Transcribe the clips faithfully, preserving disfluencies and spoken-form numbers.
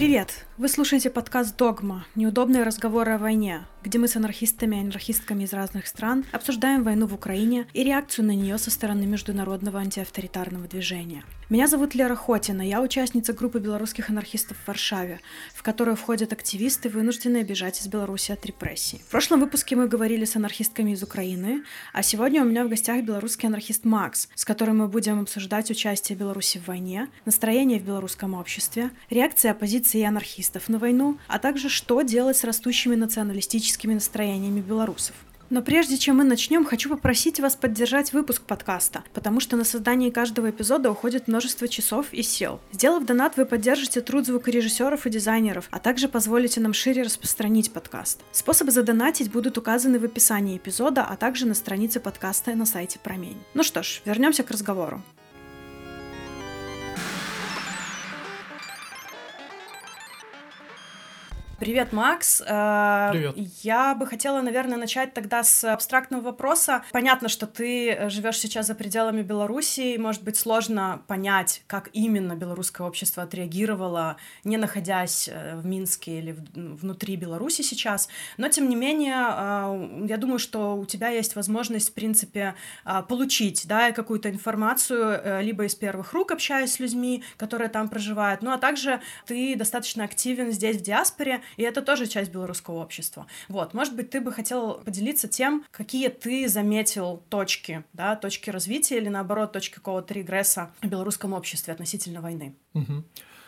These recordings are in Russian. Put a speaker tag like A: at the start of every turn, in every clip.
A: Привет! Вы слушаете подкаст «Догма. Неудобные разговоры о войне», где мы с анархистами и анархистками из разных стран обсуждаем войну в Украине и реакцию на нее со стороны международного антиавторитарного движения. Меня зовут Лера Хотина, я участница группы белорусских анархистов в Варшаве, в которую входят активисты, вынужденные бежать из Беларуси от репрессий. В прошлом выпуске мы говорили с анархистками из Украины, а сегодня у меня в гостях белорусский анархист Макс, с которым мы будем обсуждать участие Беларуси в войне, настроение в белорусском обществе, реакции оппозиции и анархистов на войну, а также что делать с растущими националистическими настроениями белорусов. Но прежде чем мы начнем, хочу попросить вас поддержать выпуск подкаста, потому что на создание каждого эпизода уходит множество часов и сил. Сделав донат, вы поддержите труд звукорежиссеров и дизайнеров, а также позволите нам шире распространить подкаст. Способы задонатить будут указаны в описании эпизода, а также на странице подкаста на сайте Промень. Ну что ж, вернемся к разговору. Привет, Макс.
B: Привет.
A: Я бы хотела, наверное, начать тогда с абстрактного вопроса. Понятно, что ты живешь сейчас за пределами Беларуси, и, может быть, сложно понять, как именно белорусское общество отреагировало, не находясь в Минске или внутри Беларуси сейчас. Но, тем не менее, я думаю, что у тебя есть возможность, в принципе, получить, да, какую-то информацию, либо из первых рук, общаясь с людьми, которые там проживают, ну, а также ты достаточно активен здесь, в диаспоре, и это тоже часть белорусского общества. Вот, может быть, ты бы хотел поделиться тем, какие ты заметил точки, да, точки развития или, наоборот, точки какого-то регресса в белорусском обществе относительно войны.
B: Угу.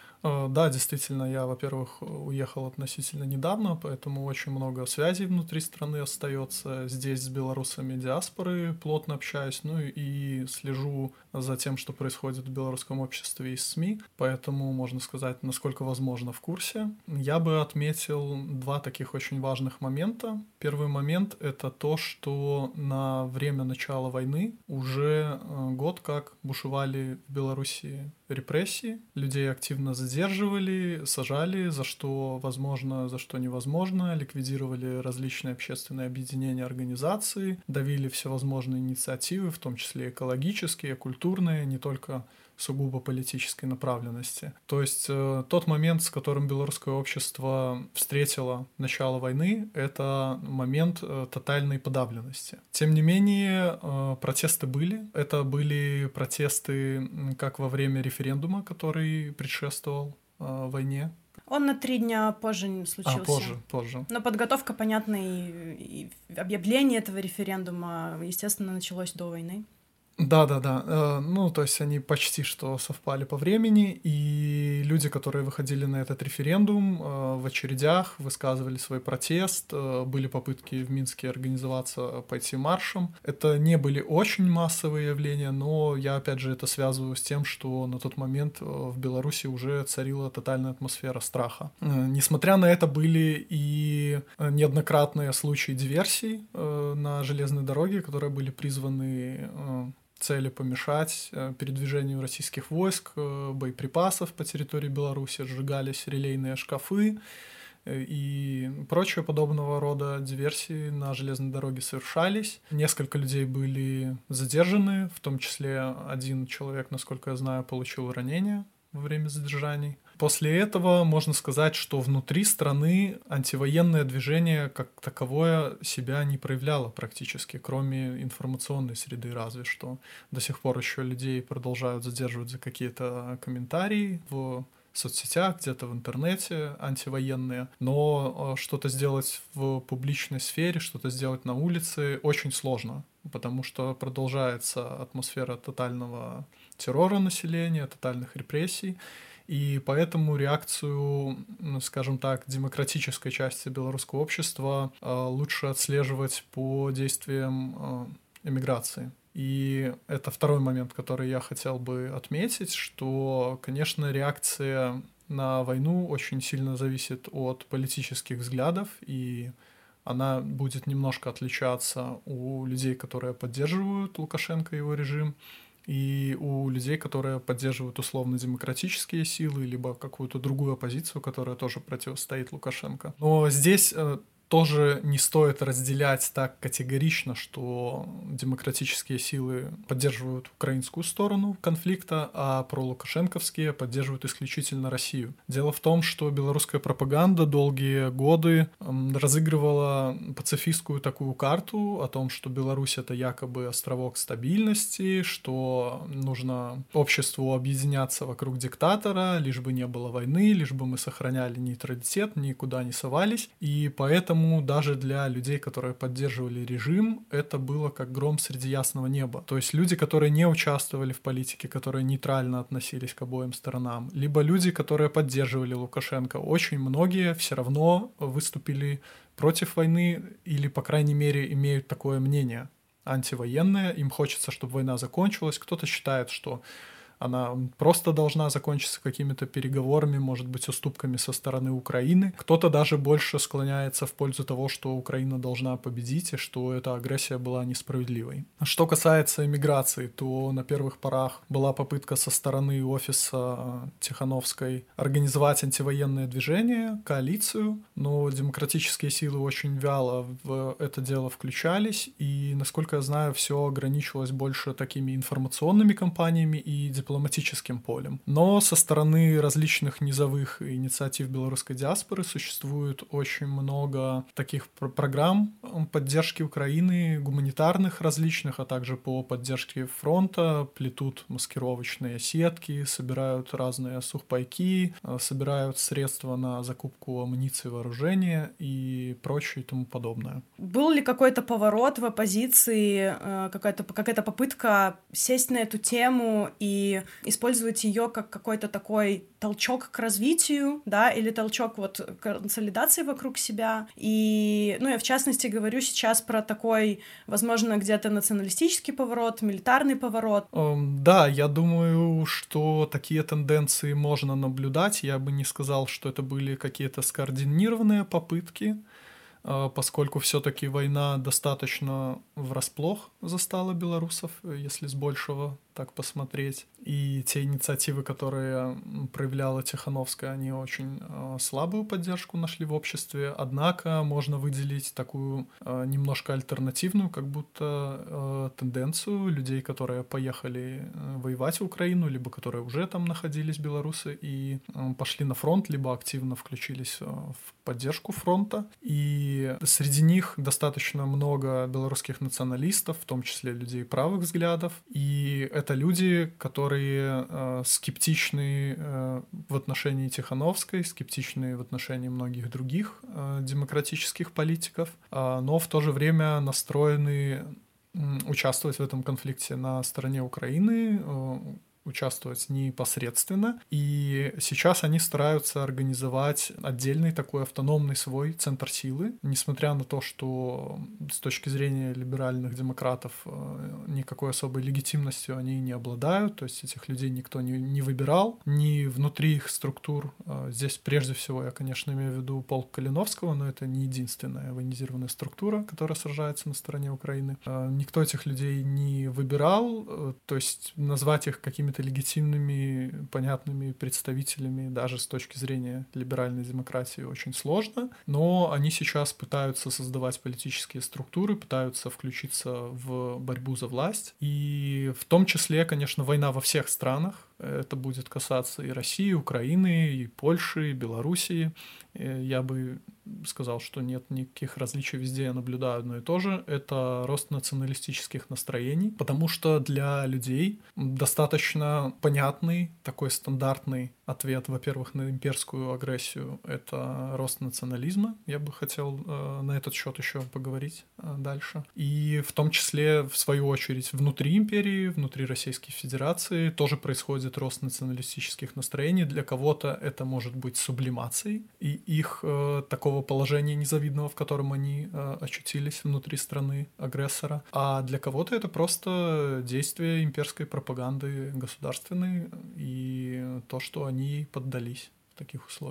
B: Да, действительно, я, во-первых, уехал относительно недавно, поэтому очень много связей внутри страны остается. Здесь с белорусами диаспоры плотно общаюсь, ну и слежу за тем, что происходит в белорусском обществе и СМИ, поэтому, можно сказать, насколько возможно, в курсе. Я бы отметил два таких очень важных момента. Первый момент — это то, что на время начала войны уже год как бушевали в Беларуси репрессии, людей активно задерживали, сажали, за что возможно, за что невозможно, ликвидировали различные общественные объединения, организации, давили всевозможные инициативы, в том числе экологические, культурные, не только сугубо политической направленности. То есть э, тот момент, с которым белорусское общество встретило начало войны, это момент э, тотальной подавленности. Тем не менее, э, протесты были. Это были протесты как во время референдума, который предшествовал э, войне.
A: Он на три дня позже случился.
B: А, позже, позже.
A: Но подготовка, понятно, и, и объявление этого референдума, естественно, началось до войны.
B: Да-да-да, э, ну, то есть они почти что совпали по времени, и люди, которые выходили на этот референдум, э, в очередях высказывали свой протест, э, были попытки в Минске организоваться, пойти маршем. Это не были очень массовые явления, но я, опять же, это связываю с тем, что на тот момент в Беларуси уже царила тотальная атмосфера страха. Э, несмотря на это, были и неоднократные случаи диверсий э, на железной дороге, которые были призваны э, цели помешать передвижению российских войск, боеприпасов по территории Беларуси, сжигались релейные шкафы и прочие подобного рода диверсии на железной дороге совершались. Несколько людей были задержаны, в том числе один человек, насколько я знаю, получил ранение во время задержаний. После этого можно сказать, что внутри страны антивоенное движение как таковое себя не проявляло практически, кроме информационной среды разве что. До сих пор еще людей продолжают задерживать за какие-то комментарии в соцсетях, где-то в интернете антивоенные, но что-то сделать в публичной сфере, что-то сделать на улице очень сложно, потому что продолжается атмосфера тотального террора населения, тотальных репрессий, и поэтому реакцию, скажем так, демократической части белорусского общества лучше отслеживать по действиям эмиграции. И это второй момент, который я хотел бы отметить, что, конечно, реакция на войну очень сильно зависит от политических взглядов, и она будет немножко отличаться у людей, которые поддерживают Лукашенко и его режим, и у людей, которые поддерживают условно-демократические силы, либо какую-то другую оппозицию, которая тоже противостоит Лукашенко. Но здесь тоже не стоит разделять так категорично, что демократические силы поддерживают украинскую сторону конфликта, а пролукашенковские поддерживают исключительно Россию. Дело в том, что белорусская пропаганда долгие годы разыгрывала пацифистскую такую карту о том, что Беларусь — это якобы островок стабильности, что нужно обществу объединяться вокруг диктатора, лишь бы не было войны, лишь бы мы сохраняли нейтралитет, никуда не совались, и поэтому даже для людей, которые поддерживали режим, это было как гром среди ясного неба. То есть люди, которые не участвовали в политике, которые нейтрально относились к обоим сторонам, либо люди, которые поддерживали Лукашенко, очень многие все равно выступили против войны или, по крайней мере, имеют такое мнение антивоенное, им хочется, чтобы война закончилась, кто-то считает, что она просто должна закончиться какими-то переговорами, может быть, уступками со стороны Украины. Кто-то даже больше склоняется в пользу того, что Украина должна победить и что эта агрессия была несправедливой. Что касается эмиграции, то на первых порах была попытка со стороны офиса Тихановской организовать антивоенное движение, коалицию, но демократические силы очень вяло в это дело включались, и, насколько я знаю, все ограничивалось больше такими информационными кампаниями и дипломатическими дипломатическим полем. Но со стороны различных низовых инициатив белорусской диаспоры существует очень много таких пр- программ поддержки Украины, гуманитарных различных, а также по поддержке фронта, плетут маскировочные сетки, собирают разные сухпайки, собирают средства на закупку амуниции, вооружения и прочее и тому подобное.
A: Был ли какой-то поворот в оппозиции, какая-то, какая-то попытка сесть на эту тему и использовать ее как какой-то такой толчок к развитию, да, или толчок вот к консолидации вокруг себя. И, ну, я в частности говорю сейчас про такой, возможно, где-то националистический поворот, милитарный поворот.
B: Um, да, я думаю, что такие тенденции можно наблюдать. Я бы не сказал, что это были какие-то скоординированные попытки, поскольку все-таки война достаточно врасплох застала белорусов, если с большего так посмотреть. И те инициативы, которые проявляла Тихановская, они очень э, слабую поддержку нашли в обществе. Однако можно выделить такую э, немножко альтернативную, как будто э, тенденцию людей, которые поехали э, воевать в Украину, либо которые уже там находились, белорусы, и э, пошли на фронт, либо активно включились э, в поддержку фронта. И среди них достаточно много белорусских националистов, в том числе людей правых взглядов. И это люди, которые э, скептичны э, в отношении Тихановской, скептичны в отношении многих других э, демократических политиков, э, но в то же время настроены э, участвовать в этом конфликте на стороне Украины, э, участвовать непосредственно, и сейчас они стараются организовать отдельный такой автономный свой центр силы, несмотря на то, что с точки зрения либеральных демократов никакой особой легитимностью они не обладают, то есть этих людей никто не, не выбирал, ни внутри их структур. Здесь прежде всего я, конечно, имею в виду полк Калиновского, но это не единственная военизированная структура, которая сражается на стороне Украины. Никто этих людей не выбирал, то есть назвать их какими-то легитимными, понятными представителями даже с точки зрения либеральной демократии очень сложно, но они сейчас пытаются создавать политические структуры, пытаются включиться в борьбу за власть, и в том числе, конечно, война во всех странах. Это будет касаться и России, и Украины, и Польши, и Белоруссии. Я бы сказал, что нет никаких различий, везде я наблюдаю одно и то же. Это рост националистических настроений, потому что для людей достаточно понятный, такой стандартный ответ, во-первых, на имперскую агрессию — это рост национализма. Я бы хотел э, на этот счет еще поговорить э, дальше. И в том числе, в свою очередь, внутри империи, внутри Российской Федерации тоже происходит рост националистических настроений. Для кого-то это может быть сублимацией и их э, такого положения незавидного, в котором они э, очутились внутри страны агрессора. А для кого-то это просто действие имперской пропаганды государственной и то, что они поддались в таких условиях.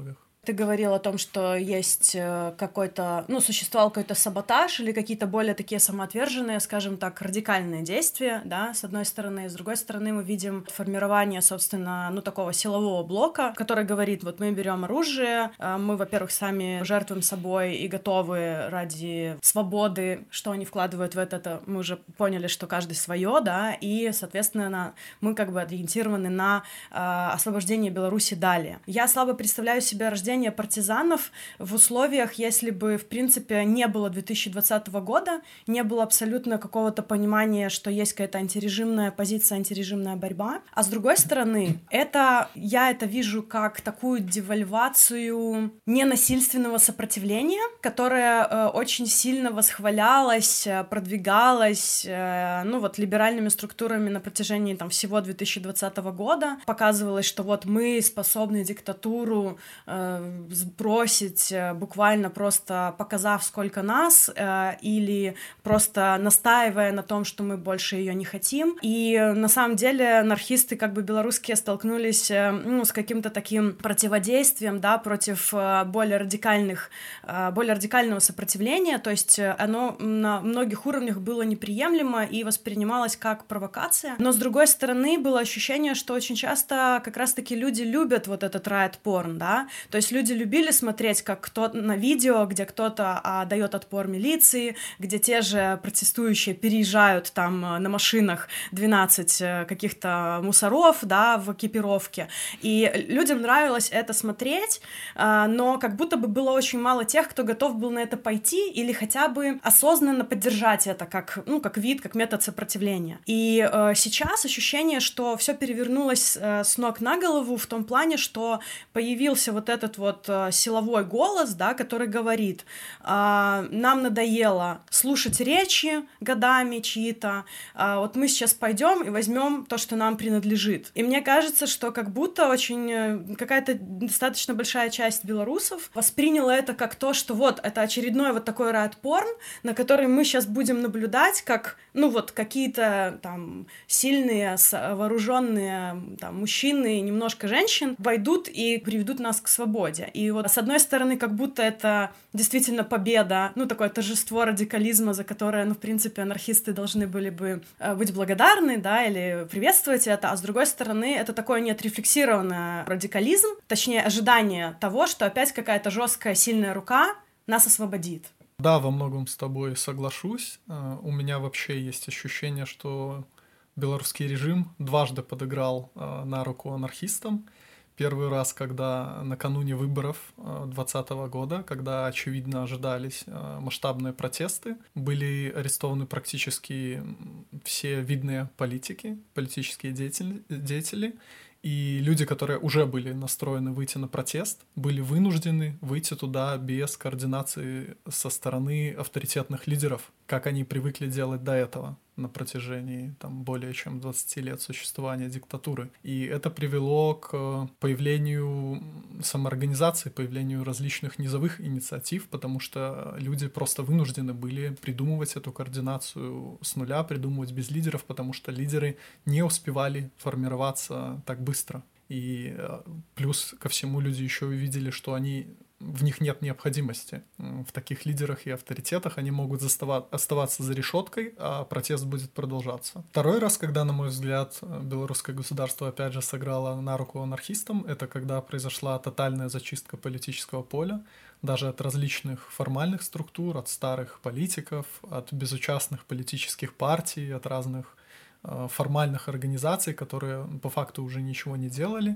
A: Ты говорил о том, что есть какой-то, ну, существовал какой-то саботаж или какие-то более такие самоотверженные, скажем так, радикальные действия, да, с одной стороны. С другой стороны, мы видим формирование, собственно, ну, такого силового блока, который говорит, вот мы берем оружие, мы, во-первых, сами жертвуем собой и готовы ради свободы, что они вкладывают в это, мы уже поняли, что каждый свое, да, и, соответственно, мы как бы ориентированы на освобождение Беларуси далее. Я слабо представляю себе рождение партизанов в условиях, если бы, в принципе, не было две тысячи двадцатого года, не было абсолютно какого-то понимания, что есть какая-то антирежимная позиция, антирежимная борьба. А с другой стороны, это, я это вижу как такую девальвацию ненасильственного сопротивления, которое э, очень сильно восхвалялось, продвигалось, э, ну вот, либеральными структурами на протяжении там всего две тысячи двадцатого года. Показывалось, что вот мы способны диктатуру э, сбросить, буквально просто показав, сколько нас, э, или просто настаивая на том, что мы больше ее не хотим. И на самом деле анархисты как бы белорусские столкнулись э, ну, с каким-то таким противодействием, да, против э, более радикальных, э, более радикального сопротивления, то есть оно на многих уровнях было неприемлемо и воспринималось как провокация. Но с другой стороны было ощущение, что очень часто как раз-таки люди любят вот этот riot-порн, да, то есть люди любили смотреть, как кто-то на видео, где кто-то а, дает отпор милиции, где те же протестующие переезжают там на машинах двенадцать каких-то мусоров, да, в экипировке. И людям нравилось это смотреть, а, но как будто бы было очень мало тех, кто готов был на это пойти или хотя бы осознанно поддержать это как, ну, как вид, как метод сопротивления. И э, сейчас ощущение, что все перевернулось э, с ног на голову в том плане, что появился вот этот вот э, силовой голос, да, который говорит, э, нам надоело слушать речи годами чьи-то, э, вот мы сейчас пойдем и возьмем то, что нам принадлежит. И мне кажется, что как будто очень э, какая-то достаточно большая часть белорусов восприняла это как то, что вот это очередной вот такой riot-порн, на который мы сейчас будем наблюдать, как, ну вот, какие-то там сильные, вооруженные там мужчины и немножко женщин войдут и приведут нас к свободе. И вот с одной стороны, как будто это действительно победа, ну, такое торжество радикализма, за которое, ну, в принципе, анархисты должны были бы быть благодарны, да, или приветствовать это, а с другой стороны, это такой неотрефлексированный радикализм, точнее, ожидание того, что опять какая-то жесткая, сильная рука нас освободит.
B: Да, во многом с тобой соглашусь. У меня вообще есть ощущение, что белорусский режим дважды подыграл на руку анархистам. Первый раз, когда накануне выборов двадцатого года, когда, очевидно, ожидались масштабные протесты, были арестованы практически все видные политики, политические деятели, деятели, и люди, которые уже были настроены выйти на протест, были вынуждены выйти туда без координации со стороны авторитетных лидеров, как они привыкли делать до этого на протяжении там, более чем двадцати лет существования диктатуры. И это привело к появлению самоорганизации, появлению различных низовых инициатив, потому что люди просто вынуждены были придумывать эту координацию с нуля, придумывать без лидеров, потому что лидеры не успевали формироваться так быстро. И плюс ко всему люди еще увидели, что они в них нет необходимости. В таких лидерах и авторитетах они могут застава- оставаться за решеткой, а протест будет продолжаться. Второй раз, когда, на мой взгляд, белорусское государство опять же сыграло на руку анархистам, это когда произошла тотальная зачистка политического поля, даже от различных формальных структур, от старых политиков, от безучастных политических партий, от разных э, формальных организаций, которые по факту уже ничего не делали.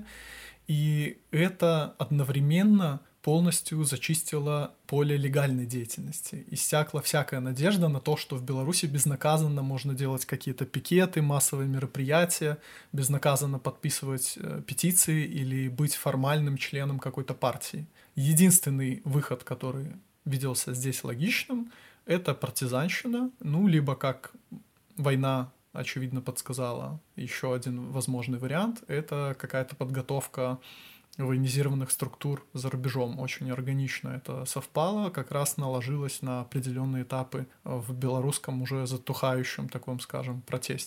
B: И это одновременно полностью зачистила поле легальной деятельности. Иссякла всякая надежда на то, что в Беларуси безнаказанно можно делать какие-то пикеты, массовые мероприятия, безнаказанно подписывать э, петиции или быть формальным членом какой-то партии. Единственный выход, который виделся здесь логичным, это партизанщина, ну, либо как война, очевидно, подсказала еще один возможный вариант, это какая-то подготовка военизированных структур за рубежом. Очень органично это совпало, как раз наложилось на определенные этапы в белорусском уже затухающем, таком, скажем, протесте.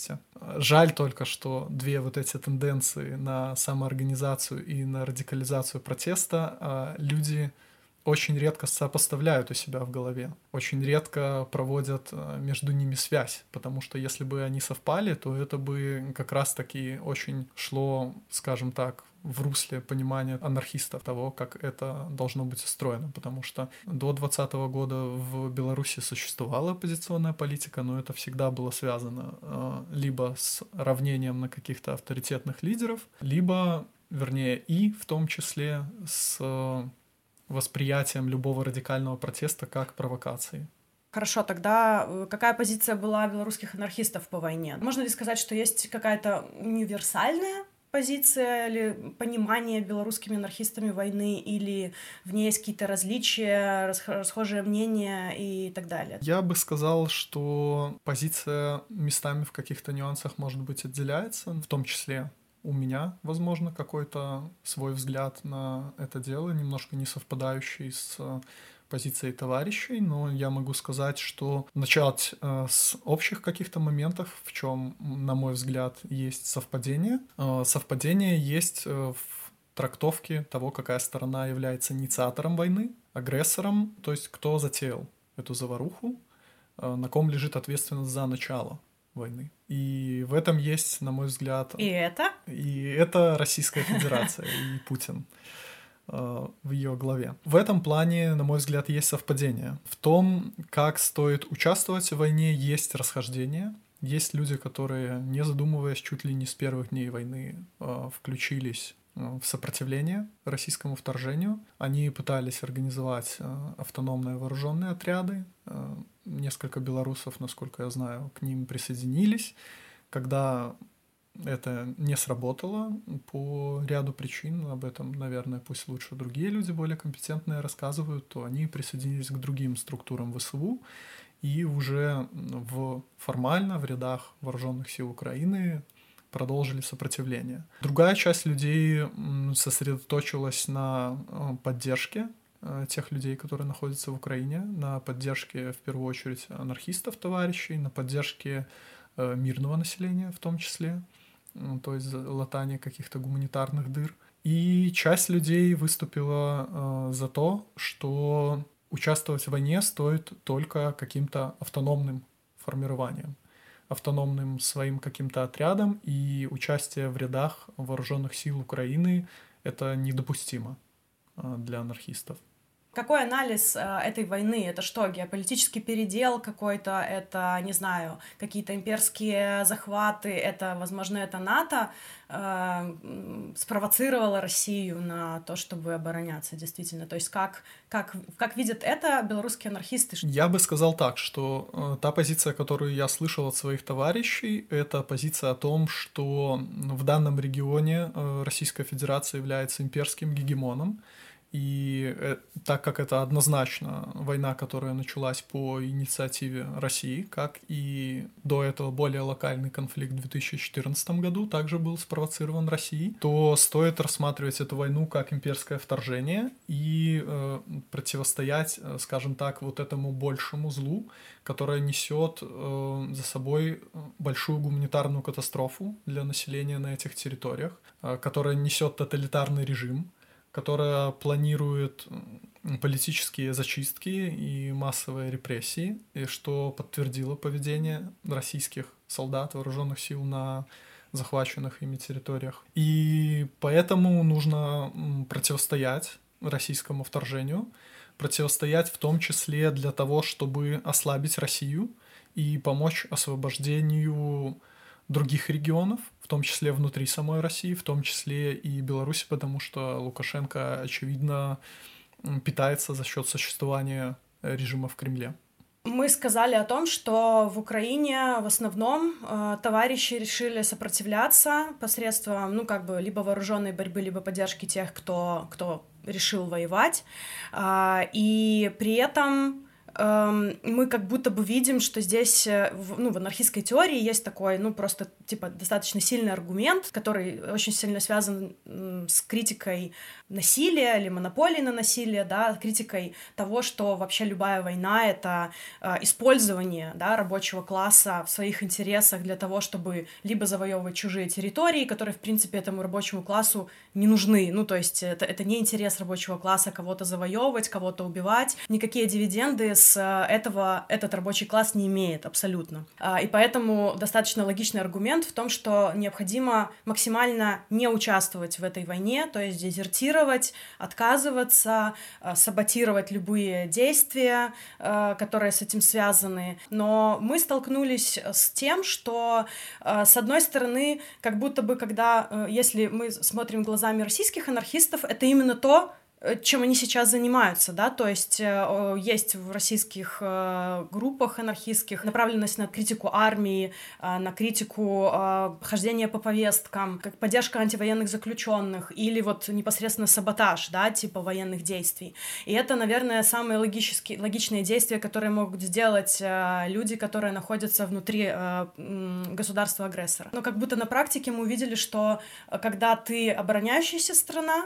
B: Жаль только, что две вот эти тенденции на самоорганизацию и на радикализацию протеста люди очень редко сопоставляют у себя в голове, очень редко проводят между ними связь, потому что если бы они совпали, то это бы как раз-таки очень шло, скажем так, в русле понимания анархистов того, как это должно быть устроено, потому что до двадцатого года в Беларуси существовала оппозиционная политика, но это всегда было связано э, либо с равнением на каких-то авторитетных лидеров, либо, вернее, и в том числе с э, восприятием любого радикального протеста как провокации.
A: Хорошо, тогда какая позиция была белорусских анархистов по войне? Можно ли сказать, что есть какая-то универсальная позиция или понимание белорусскими анархистами войны, или в ней есть какие-то различия, расхожие мнения и так далее?
B: Я бы сказал, что позиция местами в каких-то нюансах, может быть, отделяется, в том числе у меня, возможно, какой-то свой взгляд на это дело, немножко не совпадающий с позицией товарищей, но я могу сказать, что начать э, с общих каких-то моментов, в чем, на мой взгляд, есть совпадение. Э, совпадение есть э, в трактовке того, какая сторона является инициатором войны, агрессором, то есть кто затеял эту заваруху, э, на ком лежит ответственность за начало войны. И в этом есть, на мой взгляд...
A: И это?
B: И это Российская Федерация и Путин в ее главе. В этом плане, на мой взгляд, есть совпадение. В том, как стоит участвовать в войне, есть расхождение. Есть люди, которые, не задумываясь, чуть ли не с первых дней войны включились в сопротивление российскому вторжению. Они пытались организовать автономные вооруженные отряды. Несколько белорусов, насколько я знаю, к ним присоединились. Когда это не сработало по ряду причин, об этом, наверное, пусть лучше другие люди, более компетентные, рассказывают, то они присоединились к другим структурам ВСУ и уже в, формально в рядах вооруженных сил Украины продолжили сопротивление. Другая часть людей сосредоточилась на поддержке тех людей, которые находятся в Украине, на поддержке, в первую очередь, анархистов, товарищей, на поддержке мирного населения в том числе, то есть латание каких-то гуманитарных дыр. И часть людей выступила э, за то, что участвовать в войне стоит только каким-то автономным формированием, автономным своим каким-то отрядом, и участие в рядах вооруженных сил Украины — это недопустимо э, для анархистов.
A: Какой анализ э, этой войны? Это что, геополитический передел какой-то? Это, не знаю, какие-то имперские захваты? Это, возможно, это НАТО э, спровоцировало Россию на то, чтобы обороняться действительно? То есть как, как, как видят это белорусские анархисты?
B: Я бы сказал так, что э, та позиция, которую я слышал от своих товарищей, это позиция о том, что в данном регионе э, Российская Федерация является имперским гегемоном. И э, так как это однозначно война, которая началась по инициативе России, как и до этого более локальный конфликт в две тысячи четырнадцатом году также был спровоцирован Россией, то стоит рассматривать эту войну как имперское вторжение и э, противостоять, скажем так, вот этому большему злу, которое несет э, за собой большую гуманитарную катастрофу для населения на этих территориях, э, которая несет тоталитарный режим, которая планирует политические зачистки и массовые репрессии, и что подтвердило поведение российских солдат, вооруженных сил на захваченных ими территориях. И поэтому нужно противостоять российскому вторжению, противостоять в том числе для того, чтобы ослабить Россию и помочь освобождению других регионов, в том числе внутри самой России, в том числе и Беларуси, потому что Лукашенко, очевидно, питается за счет существования режима в Кремле.
A: Мы сказали о том, что в Украине в основном э, товарищи решили сопротивляться посредством, ну, как бы, либо вооруженной борьбы, либо поддержки тех, кто, кто решил воевать. Э, и при этом мы как будто бы видим, что здесь, ну, в анархистской теории есть такой, ну, просто, типа, достаточно сильный аргумент, который очень сильно связан с критикой насилия или монополии на насилие, да, критикой того, что вообще любая война — это использование, да, рабочего класса в своих интересах для того, чтобы либо завоевывать чужие территории, которые, в принципе, этому рабочему классу не нужны, ну, то есть это, это не интерес рабочего класса кого-то завоевывать, кого-то убивать, никакие дивиденды с этого этот рабочий класс не имеет абсолютно. И поэтому достаточно логичный аргумент в том, что необходимо максимально не участвовать в этой войне, то есть дезертировать, отказываться, саботировать любые действия, которые с этим связаны. Но мы столкнулись с тем, что, с одной стороны, как будто бы, когда, если мы смотрим глазами российских анархистов, это именно то, чем они сейчас занимаются, да, то есть э, есть в российских э, группах анархистских направленность на критику армии, э, на критику э, хождения по повесткам, как поддержка антивоенных заключенных или вот непосредственно саботаж, да, типа военных действий. И это, наверное, самые логические, логичные действия, которые могут сделать э, люди, которые находятся внутри э, государства-агрессора. Но как будто на практике мы увидели, что когда ты обороняющаяся страна,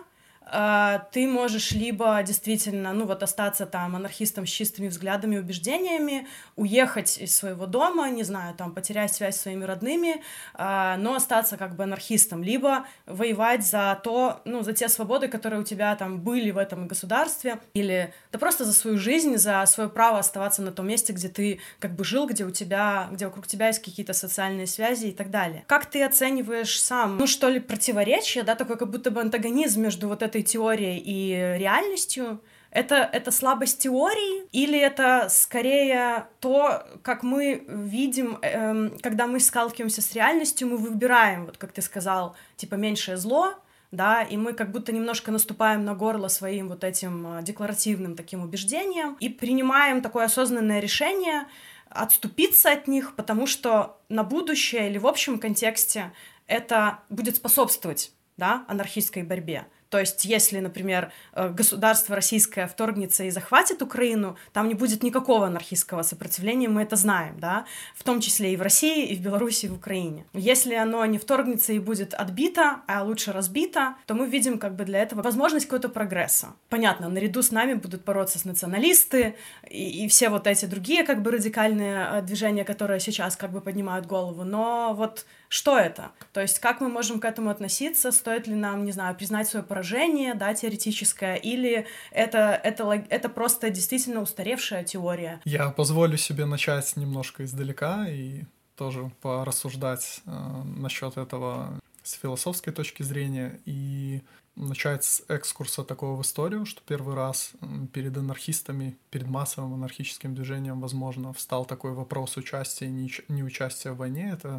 A: ты можешь либо действительно, ну вот, остаться там анархистом с чистыми взглядами и убеждениями, уехать из своего дома, не знаю, там, потерять связь с своими родными, но остаться как бы анархистом, либо воевать за то, ну, за те свободы, которые у тебя там были в этом государстве, или да просто за свою жизнь, за свое право оставаться на том месте, где ты как бы жил, где у тебя, где вокруг тебя есть какие-то социальные связи и так далее. Как ты оцениваешь сам, ну, что ли, противоречие, да, такой как будто бы антагонизм между вот этой теорией и реальностью? Это, это слабость теории или это скорее то, как мы видим, эм, когда мы сталкиваемся с реальностью, мы выбираем, вот как ты сказал, типа меньшее зло, да, и мы как будто немножко наступаем на горло своим вот этим декларативным таким убеждением и принимаем такое осознанное решение отступиться от них, потому что на будущее или в общем контексте это будет способствовать, да, анархистской борьбе. То есть, если, например, государство российское вторгнется и захватит Украину, там не будет никакого анархистского сопротивления, мы это знаем, да, в том числе и в России, и в Беларуси, и в Украине. Если оно не вторгнется и будет отбито, а лучше разбито, то мы видим как бы для этого возможность какого-то прогресса. Понятно, наряду с нами будут бороться с националисты и, и все вот эти другие как бы радикальные движения, которые сейчас как бы поднимают голову, но вот что это? То есть как мы можем к этому относиться? Стоит ли нам, не знаю, признать свое поражение, да, теоретическое, или это, это, это просто действительно устаревшая теория?
B: Я позволю себе начать немножко издалека и тоже порассуждать э, насчет этого с философской точки зрения и начать с экскурса такого в историю, что первый раз перед анархистами, перед массовым анархическим движением, возможно, встал такой вопрос участия и неучастия в войне. Это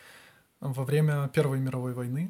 B: во время Первой мировой войны,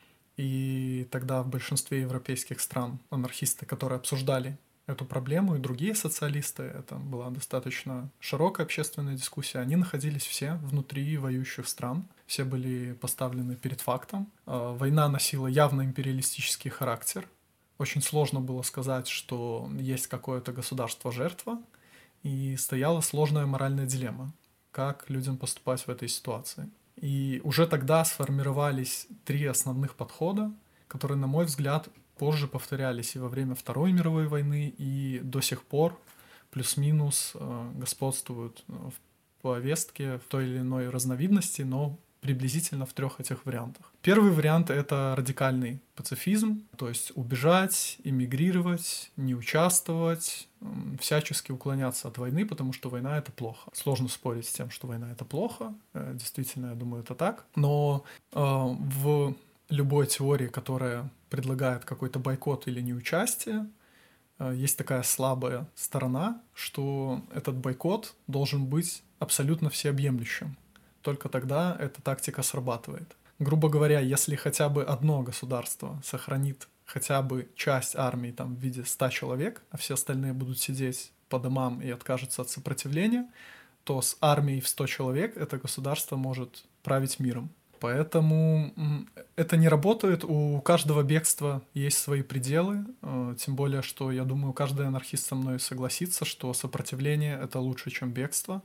B: и тогда в большинстве европейских стран анархисты, которые обсуждали эту проблему, и другие социалисты, это была достаточно широкая общественная дискуссия, они находились все внутри воюющих стран, все были поставлены перед фактом. Война носила явно империалистический характер, очень сложно было сказать, что есть какое-то государство-жертва, и стояла сложная моральная дилемма, как людям поступать в этой ситуации. И уже тогда сформировались три основных подхода, которые, на мой взгляд, позже повторялись и во время Второй мировой войны, и до сих пор плюс-минус э, господствуют в повестке в той или иной разновидности, но приблизительно в трех этих вариантах. Первый вариант — это радикальный пацифизм, то есть убежать, эмигрировать, не участвовать, всячески уклоняться от войны, потому что война — это плохо. Сложно спорить с тем, что война — это плохо, действительно, я думаю, это так, но э, в любой теории, которая предлагает какой-то бойкот или неучастие, э, есть такая слабая сторона, что этот бойкот должен быть абсолютно всеобъемлющим. Только тогда эта тактика срабатывает. Грубо говоря, если хотя бы одно государство сохранит хотя бы часть армии там, в виде ста человек, а все остальные будут сидеть по домам и откажутся от сопротивления, то с армией в сто человек это государство может править миром. Поэтому это не работает, у каждого бегства есть свои пределы, тем более, что, я думаю, каждый анархист со мной согласится, что сопротивление — это лучше, чем бегство,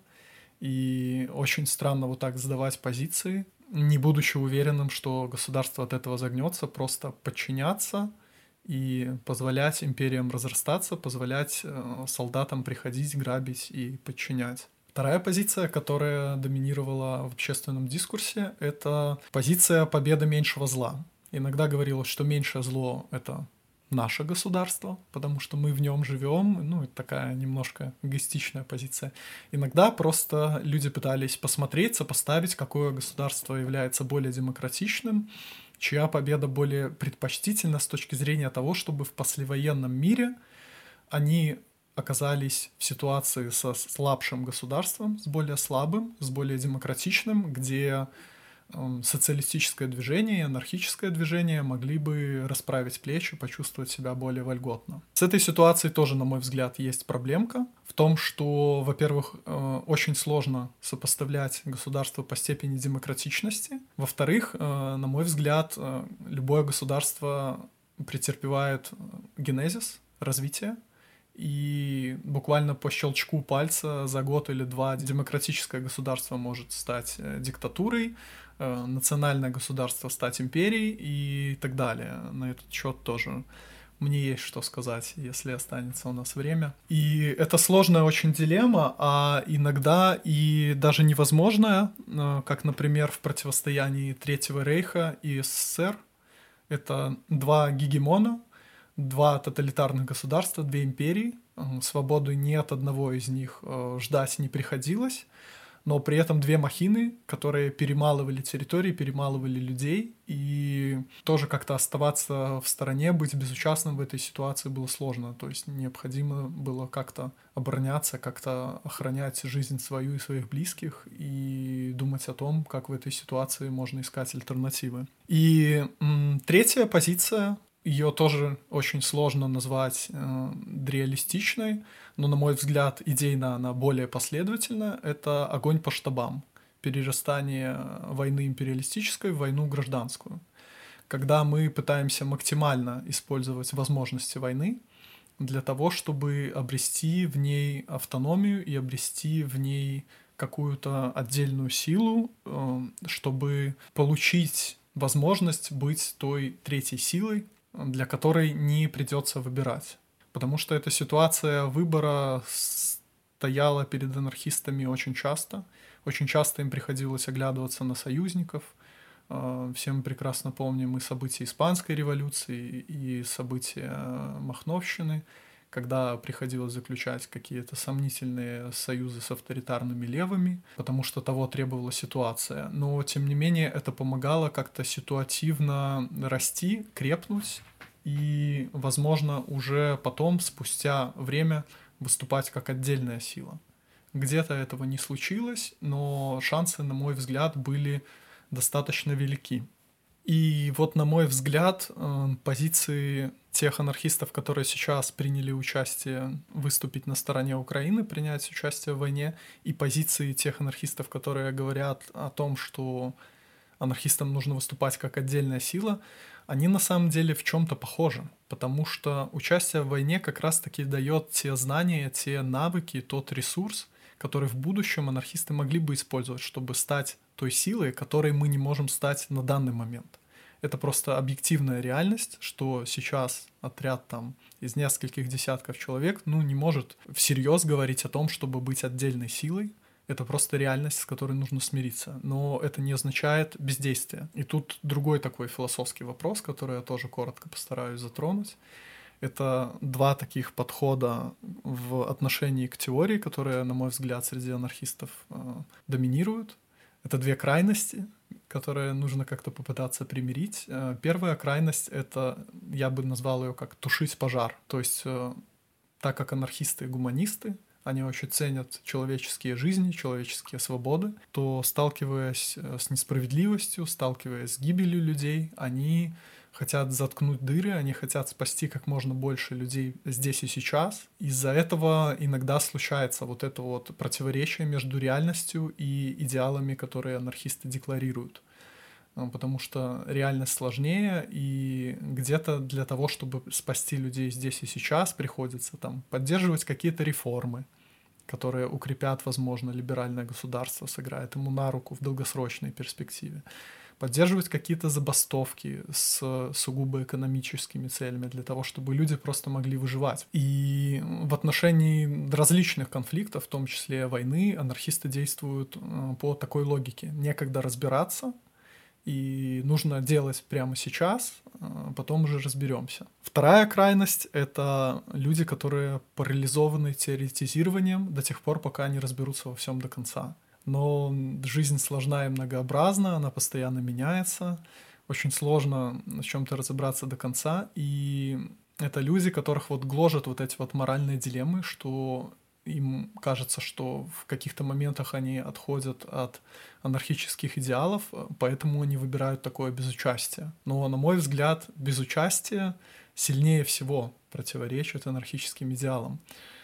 B: и очень странно вот так сдавать позиции, не будучи уверенным, что государство от этого загнется, просто подчиняться и позволять империям разрастаться, позволять солдатам приходить, грабить и подчинять. Вторая позиция, которая доминировала в общественном дискурсе, это позиция победы меньшего зла. Иногда говорилось, что меньшее зло — это наше государство, потому что мы в нем живем, ну, это такая немножко эгоистичная позиция. Иногда просто люди пытались посмотреть, сопоставить, какое государство является более демократичным, чья победа более предпочтительна с точки зрения того, чтобы в послевоенном мире они оказались в ситуации со слабшим государством, с более слабым, с более демократичным, где э, социалистическое движение и анархическое движение могли бы расправить плечи, почувствовать себя более вольготно. С этой ситуацией тоже, на мой взгляд, есть проблемка в том, что, во-первых, э, очень сложно сопоставлять государство по степени демократичности. Во-вторых, э, на мой взгляд, э, любое государство претерпевает генезис, развитие, и буквально по щелчку пальца за год или два демократическое государство может стать диктатурой, национальное государство стать империей и так далее. На этот счет тоже мне есть что сказать, если останется у нас время. И это сложная очень дилемма, а иногда и даже невозможная, как, например, в противостоянии Третьего рейха и СССР. Это два гегемона, два тоталитарных государства, две империи. Свободы ни от одного из них ждать не приходилось, но при этом две махины, которые перемалывали территории, перемалывали людей, и тоже как-то оставаться в стороне, быть безучастным в этой ситуации было сложно. То есть необходимо было как-то обороняться, как-то охранять жизнь свою и своих близких и думать о том, как в этой ситуации можно искать альтернативы. И м, третья позиция, ее тоже очень сложно назвать э, реалистичной, но, на мой взгляд, идейно она более последовательна. Это огонь по штабам, перерастание войны империалистической в войну гражданскую. Когда мы пытаемся максимально использовать возможности войны для того, чтобы обрести в ней автономию и обрести в ней какую-то отдельную силу, э, чтобы получить возможность быть той третьей силой, для которой не придется выбирать. Потому что эта ситуация выбора стояла перед анархистами очень часто. Очень часто им приходилось оглядываться на союзников. Все мы прекрасно помним и события Испанской революции, и события Махновщины, когда приходилось заключать какие-то сомнительные союзы с авторитарными левыми, потому что того требовала ситуация. Но, тем не менее, это помогало как-то ситуативно расти, крепнуть и, возможно, уже потом, спустя время, выступать как отдельная сила. Где-то этого не случилось, но шансы, на мой взгляд, были достаточно велики. И вот, на мой взгляд, позиции тех анархистов, которые сейчас приняли участие, выступить на стороне Украины, принять участие в войне, и позиции тех анархистов, которые говорят о том, что анархистам нужно выступать как отдельная сила, они на самом деле в чем-то похожи, потому что участие в войне как раз-таки дает те знания, те навыки, тот ресурс, который в будущем анархисты могли бы использовать, чтобы стать той силой, которой мы не можем стать на данный момент. Это просто объективная реальность, что сейчас отряд там из нескольких десятков человек, ну, не может всерьез говорить о том, чтобы быть отдельной силой. Это просто реальность, с которой нужно смириться. Но это не означает бездействие. И тут другой такой философский вопрос, который я тоже коротко постараюсь затронуть. Это два таких подхода в отношении к теории, которые, на мой взгляд, среди анархистов э, доминируют. Это две крайности, которые нужно как-то попытаться примирить. Первая крайность — это, я бы назвал ее как тушить пожар. То есть, так как анархисты и гуманисты, они очень ценят человеческие жизни, человеческие свободы, то, сталкиваясь с несправедливостью, сталкиваясь с гибелью людей, они хотят заткнуть дыры, они хотят спасти как можно больше людей здесь и сейчас. Из-за этого иногда случается вот это вот противоречие между реальностью и идеалами, которые анархисты декларируют. потому что реальность сложнее, и где-то для того, чтобы спасти людей здесь и сейчас, приходится там поддерживать какие-то реформы, которые укрепят, возможно, либеральное государство, сыграет ему на руку в долгосрочной перспективе. Поддерживать какие-то забастовки с сугубо экономическими целями для того, чтобы люди просто могли выживать. И в отношении различных конфликтов, в том числе войны, анархисты действуют по такой логике. Некогда разбираться, и нужно делать прямо сейчас, потом уже разберемся. Вторая крайность — это люди, которые парализованы теоретизированием до тех пор, пока не разберутся во всем до конца. Но жизнь сложна и многообразна, она постоянно меняется, очень сложно в чем-то разобраться до конца, и это люди, которых вот гложат вот эти вот моральные дилеммы, что им кажется, что в каких-то моментах они отходят от анархических идеалов, поэтому они выбирают такое безучастие. Но, на мой взгляд, безучастие сильнее всего противоречит анархическим идеалам.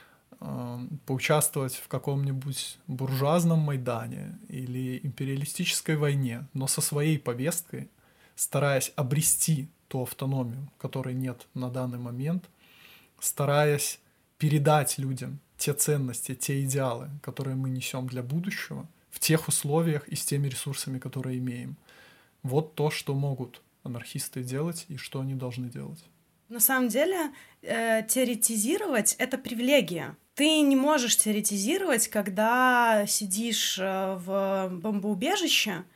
B: Поучаствовать в каком-нибудь буржуазном Майдане или империалистической войне, но со своей повесткой, стараясь обрести ту автономию, которой нет на данный момент, стараясь передать людям те ценности, те идеалы, которые мы несем для будущего, в тех условиях и с теми ресурсами, которые имеем. Вот то, что могут анархисты делать и что они должны делать.
C: На самом деле, э, теоретизировать — это привилегия. Ты не можешь теоретизировать, когда сидишь в бомбоубежище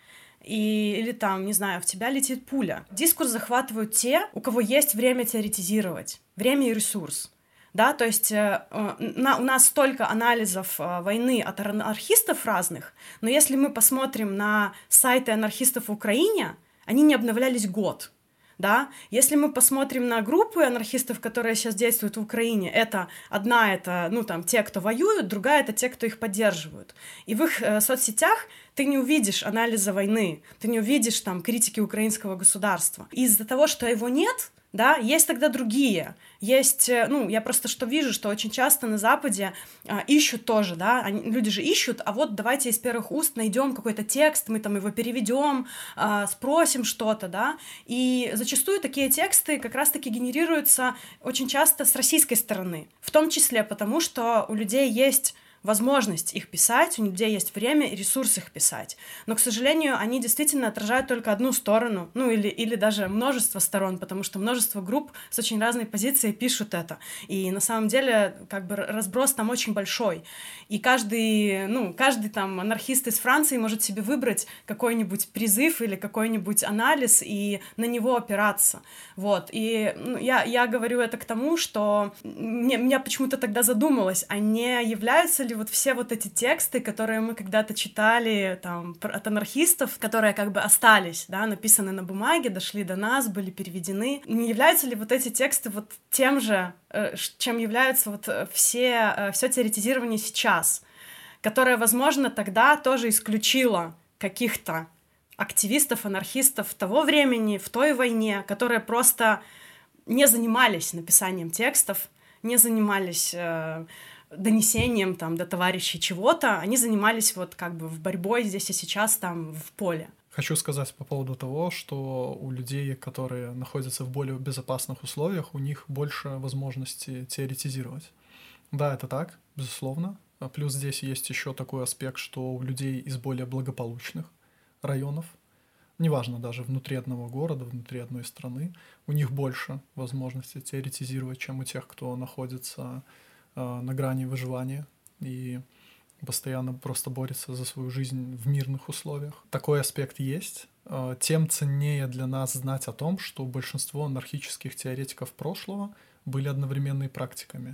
C: и, или там, не знаю, в тебя летит пуля. Дискурс захватывают те, у кого есть время теоретизировать, время и ресурс. Да, то есть э, на, у нас столько анализов э, войны от анархистов разных, но если мы посмотрим на сайты анархистов в Украине, они не обновлялись год. Да? Если мы посмотрим на группы анархистов, которые сейчас действуют в Украине, это одна — это, ну, там, те, кто воюют, другая — это те, кто их поддерживают. И в их э, соцсетях ты не увидишь анализа войны, ты не увидишь там критики украинского государства. Из-за того, что его нет, да, есть тогда другие. Есть, ну, я просто что вижу, что очень часто на Западе а, ищут тоже, да, они, люди же ищут, а вот давайте из первых уст найдем какой-то текст, мы там его переведем, а, спросим что-то, да, и зачастую такие тексты как раз-таки генерируются очень часто с российской стороны, в том числе потому, что у людей есть возможность их писать, у людей есть время и ресурс их писать. Но, к сожалению, они действительно отражают только одну сторону, ну или, или даже множество сторон, потому что множество групп с очень разной позицией пишут это. И на самом деле как бы разброс там очень большой. И каждый, ну, каждый там анархист из Франции может себе выбрать какой-нибудь призыв или какой-нибудь анализ и на него опираться. Вот. И ну, я, я говорю это к тому, что мне, меня почему-то тогда задумалось, а не являются ли вот все вот эти тексты, которые мы когда-то читали там, от анархистов, которые как бы остались, да, написаны на бумаге, дошли до нас, были переведены. Не являются ли вот эти тексты вот тем же, чем являются вот все, все теоретизирование сейчас, которое, возможно, тогда тоже исключило каких-то активистов, анархистов того времени, в той войне, которые просто не занимались написанием текстов, не занимались э, донесением там до товарищей чего-то, они занимались вот как бы в борьбой здесь и сейчас там в поле.
B: Хочу сказать по поводу того, что у людей, которые находятся в более безопасных условиях, у них больше возможности теоретизировать. Да, это так, безусловно. Плюс здесь есть еще такой аспект, что у людей из более благополучных районов, неважно даже внутри одного города, внутри одной страны, у них больше возможности теоретизировать, чем у тех, кто находится э, на грани выживания и постоянно просто борется за свою жизнь в мирных условиях. Такой аспект есть. Э, тем ценнее для нас знать о том, что большинство анархических теоретиков прошлого были одновременными практиками.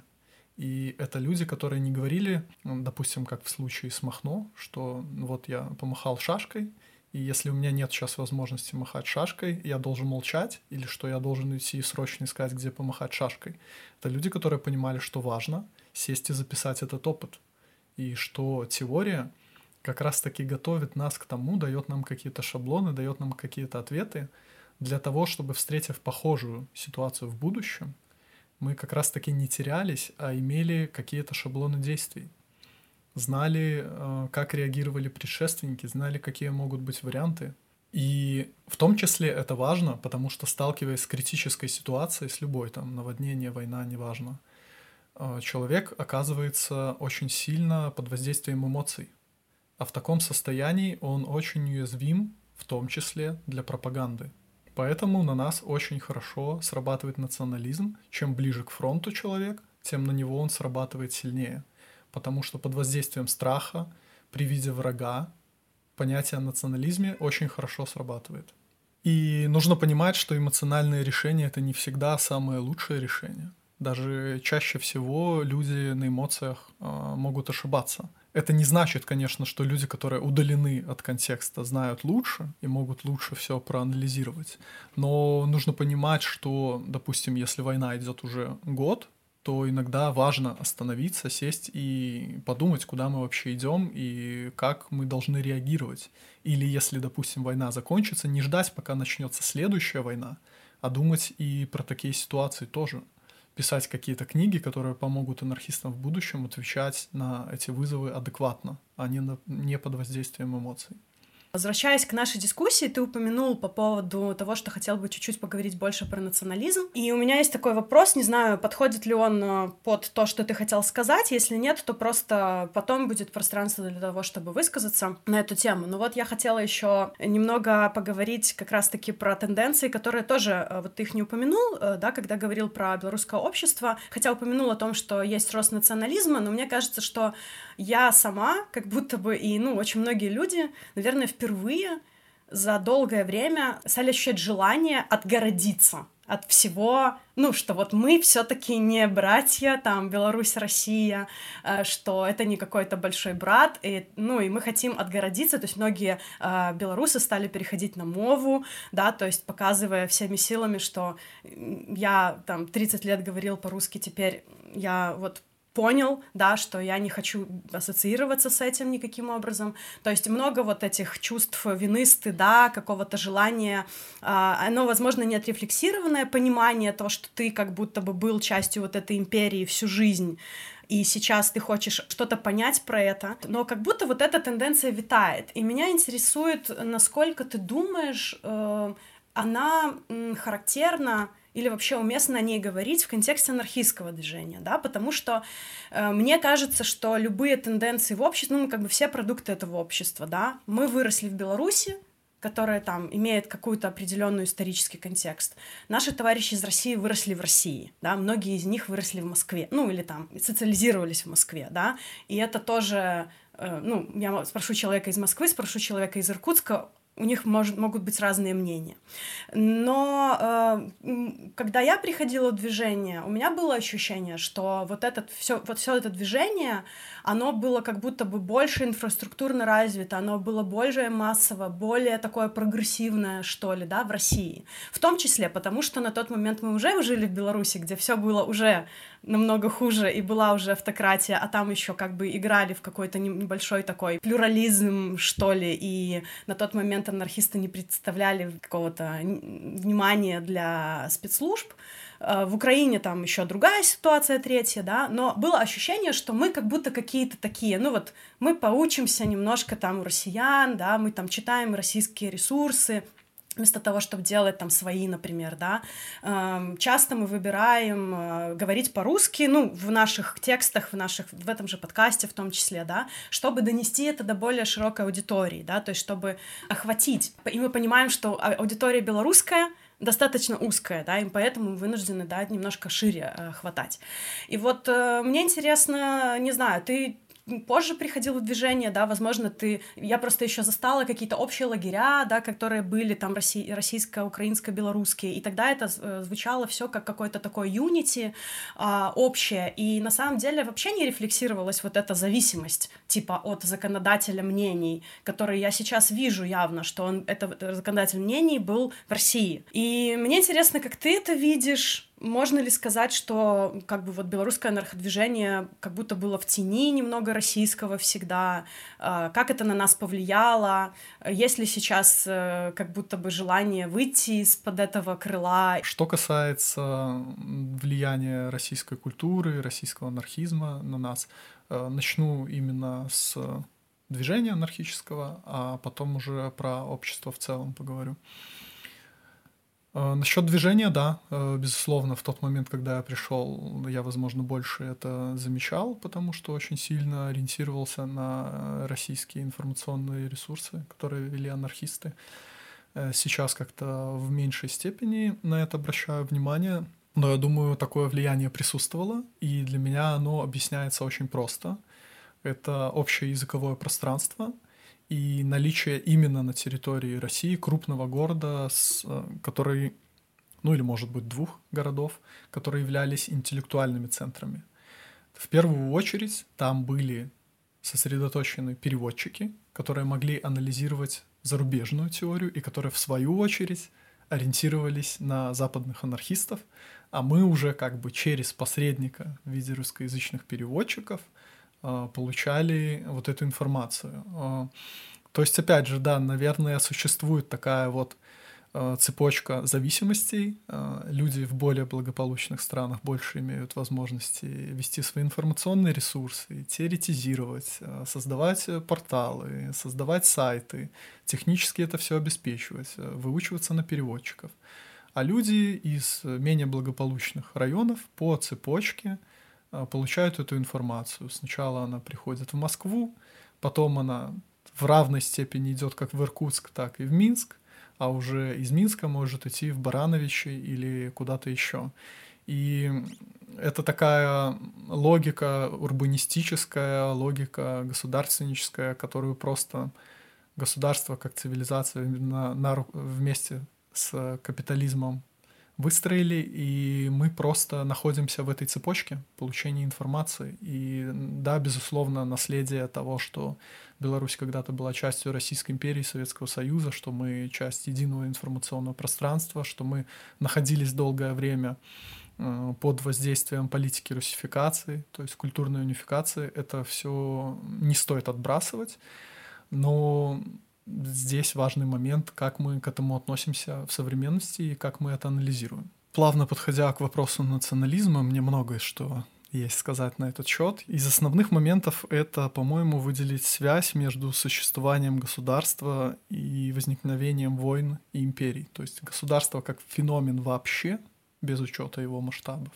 B: И это люди, которые не говорили, допустим, как в случае с Махно, что вот я помахал шашкой, и если у меня нет сейчас возможности махать шашкой, я должен молчать, или что я должен идти и срочно искать, где помахать шашкой. Это люди, которые понимали, что важно сесть и записать этот опыт. И что теория как раз-таки готовит нас к тому, дает нам какие-то шаблоны, дает нам какие-то ответы для того, чтобы, встретив похожую ситуацию в будущем, мы как раз-таки не терялись, а имели какие-то шаблоны действий. Знали, как реагировали предшественники, знали, какие могут быть варианты. И в том числе это важно, потому что, сталкиваясь с критической ситуацией, с любой, там, наводнение, война, неважно, человек оказывается очень сильно под воздействием эмоций. А в таком состоянии он очень уязвим, в том числе для пропаганды. Поэтому на нас очень хорошо срабатывает национализм. Чем ближе к фронту человек, тем на него он срабатывает сильнее. Потому что под воздействием страха, при виде врага, понятие о национализме очень хорошо срабатывает. И нужно понимать, что эмоциональное решение — это не всегда самое лучшее решение. Даже чаще всего люди на эмоциях э, могут ошибаться. Это не значит, конечно, что люди, которые удалены от контекста, знают лучше и могут лучше все проанализировать. Но нужно понимать, что, допустим, если война идет уже год, то иногда важно остановиться, сесть и подумать, куда мы вообще идем и как мы должны реагировать. Или если, допустим, война закончится, не ждать, пока начнется следующая война, а думать и про такие ситуации тоже. Писать какие-то книги, которые помогут анархистам в будущем отвечать на эти вызовы адекватно, а не, на, не под воздействием эмоций.
C: Возвращаясь к нашей дискуссии, ты упомянул по поводу того, что хотел бы чуть-чуть поговорить больше про национализм. И у меня есть такой вопрос, не знаю, подходит ли он под то, что ты хотел сказать. Если нет, то просто потом будет пространство для того, чтобы высказаться на эту тему. Но вот я хотела еще немного поговорить как раз-таки про тенденции, которые тоже, вот ты их не упомянул, да, когда говорил про белорусское общество, хотя упомянул о том, что есть рост национализма, но мне кажется, что я сама, как будто бы, и, ну, очень многие люди, наверное, впервые за долгое время стали ощущать желание отгородиться от всего, ну, что вот мы все-таки не братья, там, Беларусь, Россия, что это не какой-то большой брат, и, ну, и мы хотим отгородиться, то есть многие э, белорусы стали переходить на мову, да, то есть показывая всеми силами, что я, там, тридцать лет говорил по-русски, теперь я вот понял, да, что я не хочу ассоциироваться с этим никаким образом. То есть много вот этих чувств вины, стыда, какого-то желания. Оно, возможно, не отрефлексированное понимание того, что ты как будто бы был частью вот этой империи всю жизнь, и сейчас ты хочешь что-то понять про это, но как будто вот эта тенденция витает. И меня интересует, насколько ты думаешь, она характерна или вообще уместно о ней говорить в контексте анархистского движения, да, потому что э, мне кажется, что любые тенденции в обществе, ну, как бы все продукты этого общества, да, мы выросли в Беларуси, которая там имеет какой-то определенный исторический контекст. Наши товарищи из России выросли в России, да, многие из них выросли в Москве, ну, или там социализировались в Москве, да, и это тоже, э, ну, я спрошу человека из Москвы, спрошу человека из Иркутска, у них может, могут быть разные мнения. Но э, когда я приходила в движение, у меня было ощущение, что вот, этот, всё, вот все это движение, оно было как будто бы больше инфраструктурно развито, оно было более массово, более такое прогрессивное, что ли, да, в России. В том числе потому, что на тот момент мы уже жили в Беларуси, где все было уже намного хуже, и была уже автократия, а там еще как бы играли в какой-то небольшой такой плюрализм, что ли, и на тот момент анархисты не представляли какого-то внимания для спецслужб. В Украине там еще другая ситуация, третья, да, но было ощущение, что мы как будто какие-то такие, ну вот мы поучимся немножко там у россиян, да, мы там читаем российские ресурсы, вместо того, чтобы делать там свои, например, да. Часто мы выбираем говорить по-русски, ну, в наших текстах, в наших, в этом же подкасте в том числе, да, чтобы донести это до более широкой аудитории, да, то есть чтобы охватить. И мы понимаем, что аудитория белорусская достаточно узкая, да, и поэтому мы вынуждены, да, немножко шире э, хватать. И вот э, мне интересно, не знаю, ты позже приходил в движение, да, возможно, ты... Я просто еще застала какие-то общие лагеря, да, которые были там россий... российско-украинско-белорусские, и тогда это звучало все как какое-то такое юнити а, общее, и на самом деле вообще не рефлексировалась вот эта зависимость, типа, от законодателя мнений, который я сейчас вижу явно, что он, это законодатель мнений был в России. И мне интересно, как ты это видишь. Можно ли сказать, что как бы вот белорусское анарходвижение как будто было в тени немного российского всегда? Как это на нас повлияло? Есть ли сейчас как будто бы желание выйти из-под этого крыла?
B: Что касается влияния российской культуры, российского анархизма на нас, начну именно с движения анархического, а потом уже про общество в целом поговорю. Насчет движения, да, безусловно, в тот момент, когда я пришел, я, возможно, больше это замечал, потому что очень сильно ориентировался на российские информационные ресурсы, которые вели анархисты. Сейчас как-то в меньшей степени на это обращаю внимание, но я думаю, такое влияние присутствовало, и для меня оно объясняется очень просто. Это общее языковое пространство и наличие именно на территории России крупного города, с, который, ну или, может быть, двух городов, которые являлись интеллектуальными центрами. В первую очередь там были сосредоточены переводчики, которые могли анализировать зарубежную теорию и которые, в свою очередь, ориентировались на западных анархистов, а мы уже как бы через посредника в виде русскоязычных переводчиков получали вот эту информацию. То есть, опять же, да, наверное, существует такая вот цепочка зависимостей. Люди в более благополучных странах больше имеют возможности вести свои информационные ресурсы, теоретизировать, создавать порталы, создавать сайты, технически это все обеспечивать, выучиваться на переводчиков. А люди из менее благополучных районов по цепочке получают эту информацию. Сначала она приходит в Москву, потом она в равной степени идет как в Иркутск, так и в Минск, а уже из Минска может идти в Барановичи или куда-то еще. И это такая логика урбанистическая, логика государственническая, которую просто государство как цивилизация на, на, вместе с капитализмом выстроили, и мы просто находимся в этой цепочке получения информации. И да, безусловно, наследие того, что Беларусь когда-то была частью Российской империи, Советского Союза, что мы часть единого информационного пространства, что мы находились долгое время под воздействием политики русификации, то есть культурной унификации, это все не стоит отбрасывать, но здесь важный момент, как мы к этому относимся в современности и как мы это анализируем. Плавно подходя к вопросу национализма, мне многое что есть сказать на этот счет. Из основных моментов это, по-моему, выделить связь между существованием государства и возникновением войн и империй. То есть государство как феномен вообще, без учета его масштабов,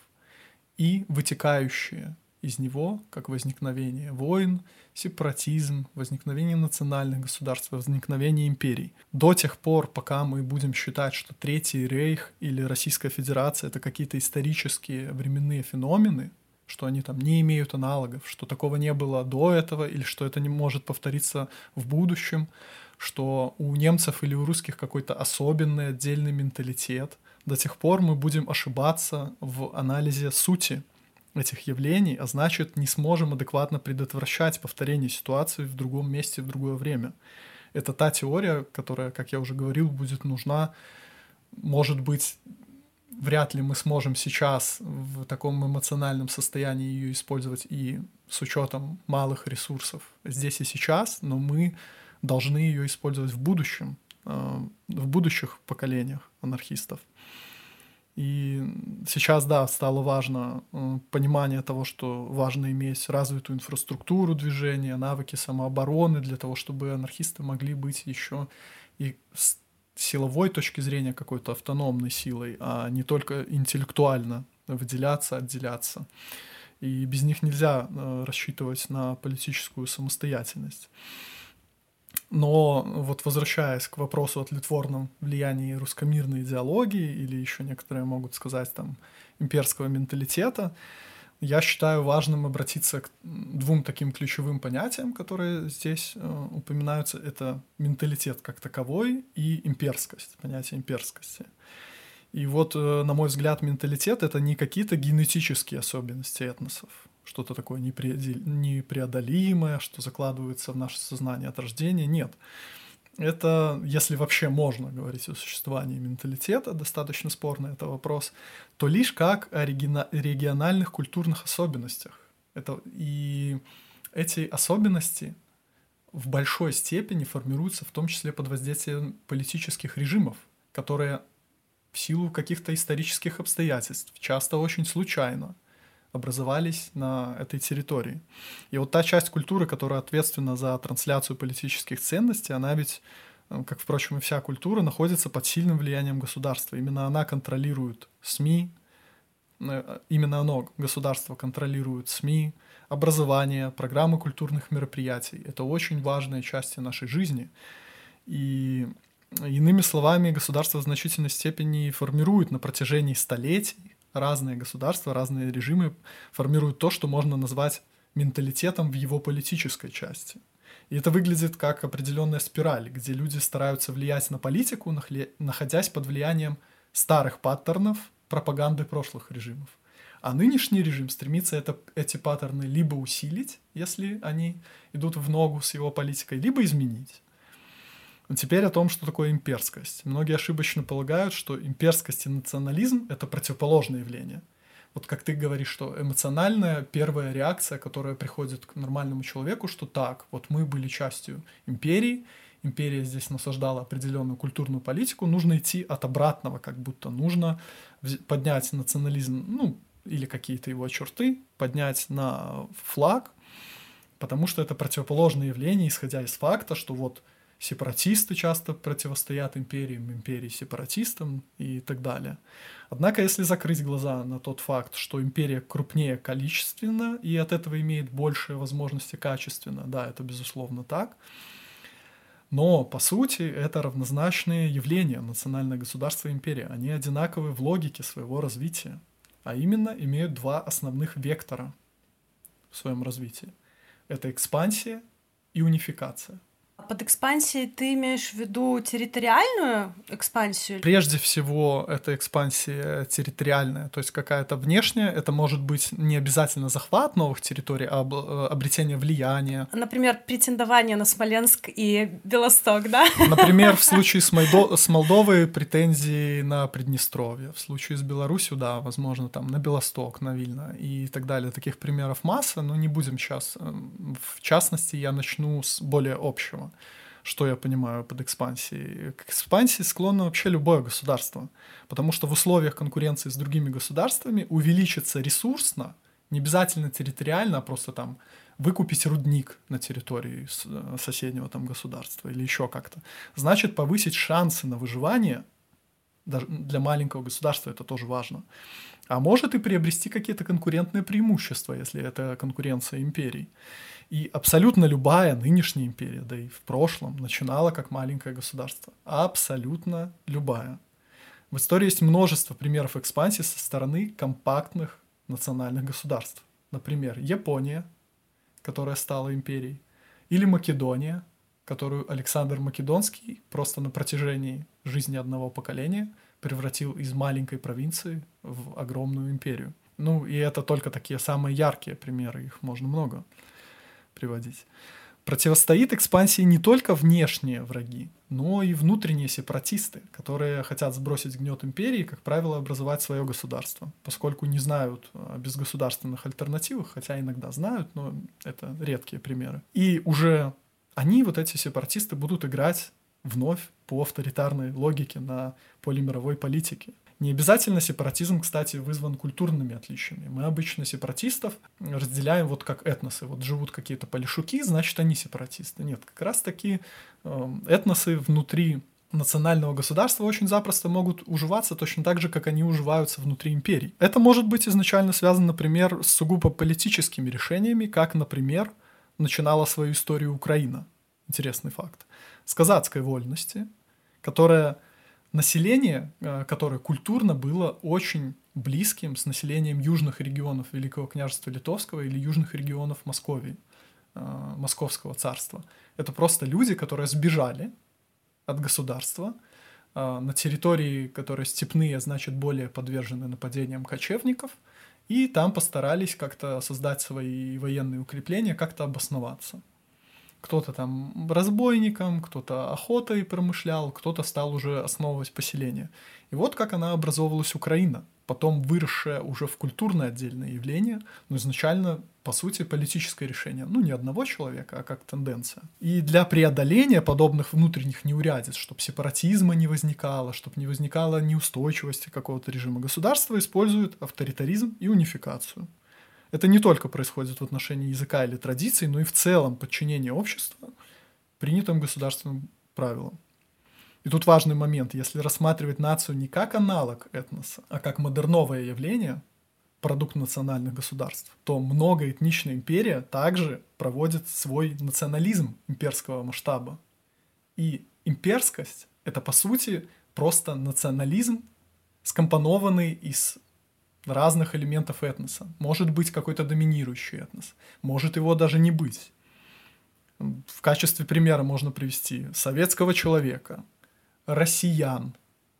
B: и вытекающее из него, как возникновение войн, сепаратизм, возникновение национальных государств, возникновение империй. До тех пор, пока мы будем считать, что Третий Рейх или Российская Федерация — это какие-то исторические временные феномены, что они там не имеют аналогов, что такого не было до этого, или что это не может повториться в будущем, что у немцев или у русских какой-то особенный отдельный менталитет, до тех пор мы будем ошибаться в анализе сути этих явлений, а значит, не сможем адекватно предотвращать повторение ситуации в другом месте в другое время. Это та теория, которая, как я уже говорил, будет нужна. Может быть, вряд ли мы сможем сейчас в таком эмоциональном состоянии ее использовать и с учетом малых ресурсов здесь и сейчас, но мы должны ее использовать в будущем, в будущих поколениях анархистов. И сейчас, да, стало важно э, понимание того, что важно иметь развитую инфраструктуру движения, навыки самообороны для того, чтобы анархисты могли быть еще и с силовой точки зрения какой-то автономной силой, а не только интеллектуально выделяться, отделяться. И без них нельзя э, рассчитывать на политическую самостоятельность. Но вот возвращаясь к вопросу о тлетворном влиянии русскомирной идеологии или еще некоторые могут сказать там имперского менталитета, я считаю важным обратиться к двум таким ключевым понятиям, которые здесь э, упоминаются. Это менталитет как таковой и имперскость, понятие имперскости. И вот, э, на мой взгляд, менталитет — это не какие-то генетические особенности этносов, что-то такое непреодолимое, что закладывается в наше сознание от рождения. Нет. Это, если вообще можно говорить о существовании менталитета, достаточно спорный это вопрос, то лишь как о региональных культурных особенностях. Это, и эти особенности в большой степени формируются в том числе под воздействием политических режимов, которые в силу каких-то исторических обстоятельств, часто очень случайно, образовались на этой территории. И вот та часть культуры, которая ответственна за трансляцию политических ценностей, она ведь, как, впрочем, и вся культура, находится под сильным влиянием государства. Именно она контролирует СМИ, именно оно, государство, контролирует СМИ, образование, программы культурных мероприятий. Это очень важные части нашей жизни. И иными словами, государство в значительной степени формирует на протяжении столетий, разные государства, разные режимы формируют то, что можно назвать менталитетом в его политической части. И это выглядит как определенная спираль, где люди стараются влиять на политику, находясь под влиянием старых паттернов пропаганды прошлых режимов. А нынешний режим стремится это, эти паттерны либо усилить, если они идут в ногу с его политикой, либо изменить. Теперь о том, что такое имперскость. Многие ошибочно полагают, что имперскость и национализм — это противоположные явления. Вот как ты говоришь, что эмоциональная первая реакция, которая приходит к нормальному человеку, что так, вот мы были частью империи, империя здесь насаждала определенную культурную политику, нужно идти от обратного, как будто нужно поднять национализм, ну, или какие-то его черты, поднять на флаг, потому что это противоположное явление, исходя из факта, что вот сепаратисты часто противостоят империям, империи сепаратистам и так далее. Однако, если закрыть глаза на тот факт, что империя крупнее количественно и от этого имеет большие возможности качественно, да, это безусловно так, но, по сути, это равнозначные явления национальное государство и империя. Они одинаковы в логике своего развития, а именно имеют два основных вектора в своем развитии. Это экспансия и унификация.
C: Под экспансией ты имеешь в виду территориальную экспансию?
B: Прежде всего, это экспансия территориальная, то есть какая-то внешняя. Это может быть не обязательно захват новых территорий, а обретение влияния.
C: Например, претендование на Смоленск и Белосток, да?
B: Например, в случае с, Майдо... с Молдовой претензии на Приднестровье. В случае с Беларусью, да, возможно, там на Белосток, на Вильно и так далее. Таких примеров масса, но не будем сейчас. В частности, я начну с более общего. Что я понимаю под экспансией? К экспансии склонно вообще любое государство, потому что в условиях конкуренции с другими государствами увеличиться ресурсно, не обязательно территориально, а просто там выкупить рудник на территории соседнего там государства или еще как-то, значит повысить шансы на выживание, даже для маленького государства это тоже важно, а может и приобрести какие-то конкурентные преимущества, если это конкуренция империй. И абсолютно любая нынешняя империя, да и в прошлом, начинала как маленькое государство. Абсолютно любая. В истории есть множество примеров экспансии со стороны компактных национальных государств. Например, Япония, которая стала империей, или Македония, которую Александр Македонский просто на протяжении жизни одного поколения превратил из маленькой провинции в огромную империю. Ну, и это только такие самые яркие примеры, их можно много приводить. Противостоит экспансии не только внешние враги, но и внутренние сепаратисты, которые хотят сбросить гнет империи и, как правило, образовать свое государство, поскольку не знают о безгосударственных альтернативах, хотя иногда знают, но это редкие примеры. И уже они, вот эти сепаратисты, будут играть вновь по авторитарной логике на поле мировой политики. Не обязательно сепаратизм, кстати, вызван культурными отличиями. Мы обычно сепаратистов разделяем вот как этносы. Вот живут какие-то полишуки, значит, они сепаратисты. Нет, как раз-таки э, этносы внутри национального государства очень запросто могут уживаться точно так же, как они уживаются внутри империй. Это может быть изначально связано, например, с сугубо политическими решениями, как, например, начинала свою историю Украина. Интересный факт. С казацкой вольности, которая... Население, которое культурно было очень близким с населением южных регионов Великого княжества Литовского или южных регионов Московии, Московского царства. Это просто люди, которые сбежали от государства на территории, которые степные, значит, более подвержены нападениям кочевников, и там постарались как-то создать свои военные укрепления, как-то обосноваться. Кто-то там разбойником, кто-то охотой промышлял, кто-то стал уже основывать поселение. И вот как она образовывалась Украина, потом выросшая уже в культурное отдельное явление, но изначально, по сути, политическое решение. Ну, не одного человека, а как тенденция. И для преодоления подобных внутренних неурядиц, чтобы сепаратизма не возникало, чтобы не возникало неустойчивости какого-то режима, государство использует авторитаризм и унификацию. Это не только происходит в отношении языка или традиций, но и в целом подчинение общества принятым государственным правилам. И тут важный момент. Если рассматривать нацию не как аналог этноса, а как модерновое явление, продукт национальных государств, то многоэтничная империя также проводит свой национализм имперского масштаба. И имперскость — это, по сути, просто национализм, скомпонованный из разных элементов этноса. Может быть какой-то доминирующий этнос, может его даже не быть. В качестве примера можно привести советского человека, россиян,